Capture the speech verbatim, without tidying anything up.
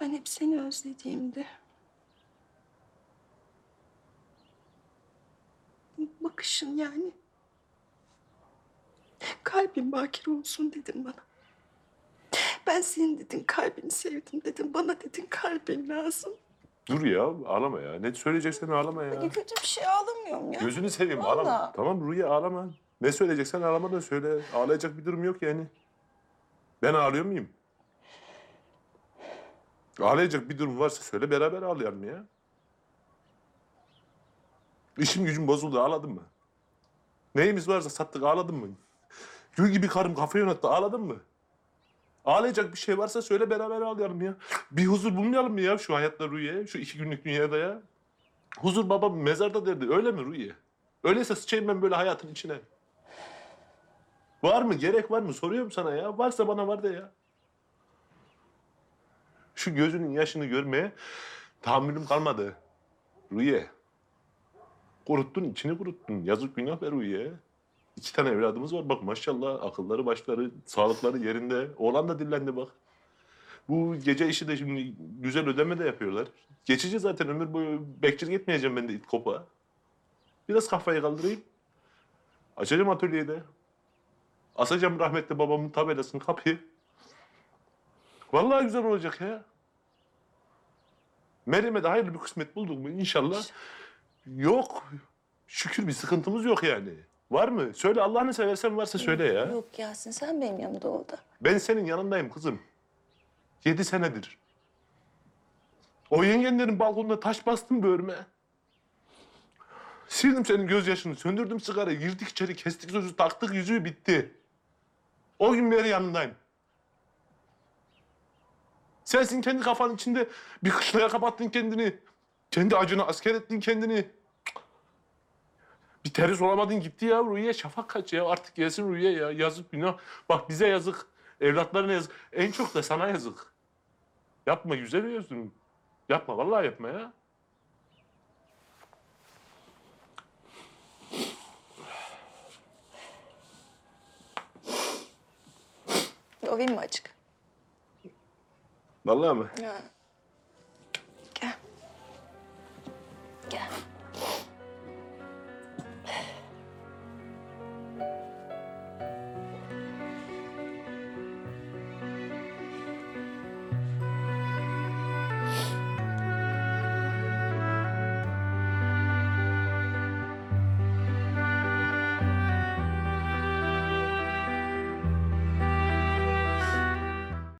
Ben hep seni özlediğimde... bakışın yani. Kalbin bakir olsun dedin bana. Ben senin dedin kalbini sevdim dedin. Bana dedin kalbin lazım. Dur ya, ağlama ya. Ne söyleyeceksen ağlama ya. Ben kötü bir şey ağlamıyorum ya. Gözünü seveyim, ağlama. Vallahi. Tamam Rüya, ağlama. Ne söyleyeceksen ağlamadan söyle. Ağlayacak bir durum yok yani. Ben ağlıyor muyum? Ağlayacak bir durum varsa söyle, beraber ağlayalım ya. İşim gücüm bozuldu, ağladın mı? Neyimiz varsa sattık, ağladın mı? Gül gibi karım kafayı yönetti, ağladın mı? Ağlayacak bir şey varsa söyle, beraber ağlayalım ya. Bir huzur bulmayalım mı ya şu hayatta Rüye? Şu iki günlük dünyada ya. Huzur babam mezarda derdi, öyle mi Rüye? Öyleyse sıçayım ben böyle hayatın içine. Var mı, gerek var mı? Soruyorum sana ya. Varsa bana var de ya. Şu gözünün yaşını görmeye tahammülüm kalmadı. Rüye. Kuruttun, içini kuruttun. Yazık günah be Rüye. İki tane evladımız var. Bak maşallah akılları, başları, sağlıkları yerinde. Oğlan da dillendi bak. Bu gece işi de şimdi güzel ödeme de yapıyorlar. Geçici zaten ömür boyu bekçilik etmeyeceğim ben de it kopa. Biraz kafayı kaldırayım. Açacağım atölyede. Asacağım rahmetli babamın tabelasını kapıyı. Vallahi güzel olacak ya. Meryem'e de hayırlı bir kısmet bulduk mu inşallah. Yok. Şükür bir sıkıntımız yok yani. Var mı? Söyle Allah'ını seversen varsa söyle ya. Yok Yasin sen benim yanımda ol da. Ben senin yanındayım kızım. Yedi senedir. O yengenlerin balkonuna taş bastım böğrüme. Sildim senin gözyaşını, söndürdüm sigarayı, girdik içeri, kestik sözü, taktık yüzüğü, bitti. O gün beri yanındayım. Sensin kendi kafanın içinde bir kışlaya kapattın kendini. Kendi acına asker ettin kendini. Bir terhis olamadın gitti ya Rüye. Şafak kaç ya, artık gelsin Rüye ya. Yazık günah. Bak bize yazık, evlatlarına yazık. En çok da sana yazık. Yapma güzel gözlüm. Yapma, vallahi yapma ya. Döveyim mi açık? Vallahi mı? Ya. Gel. Gel.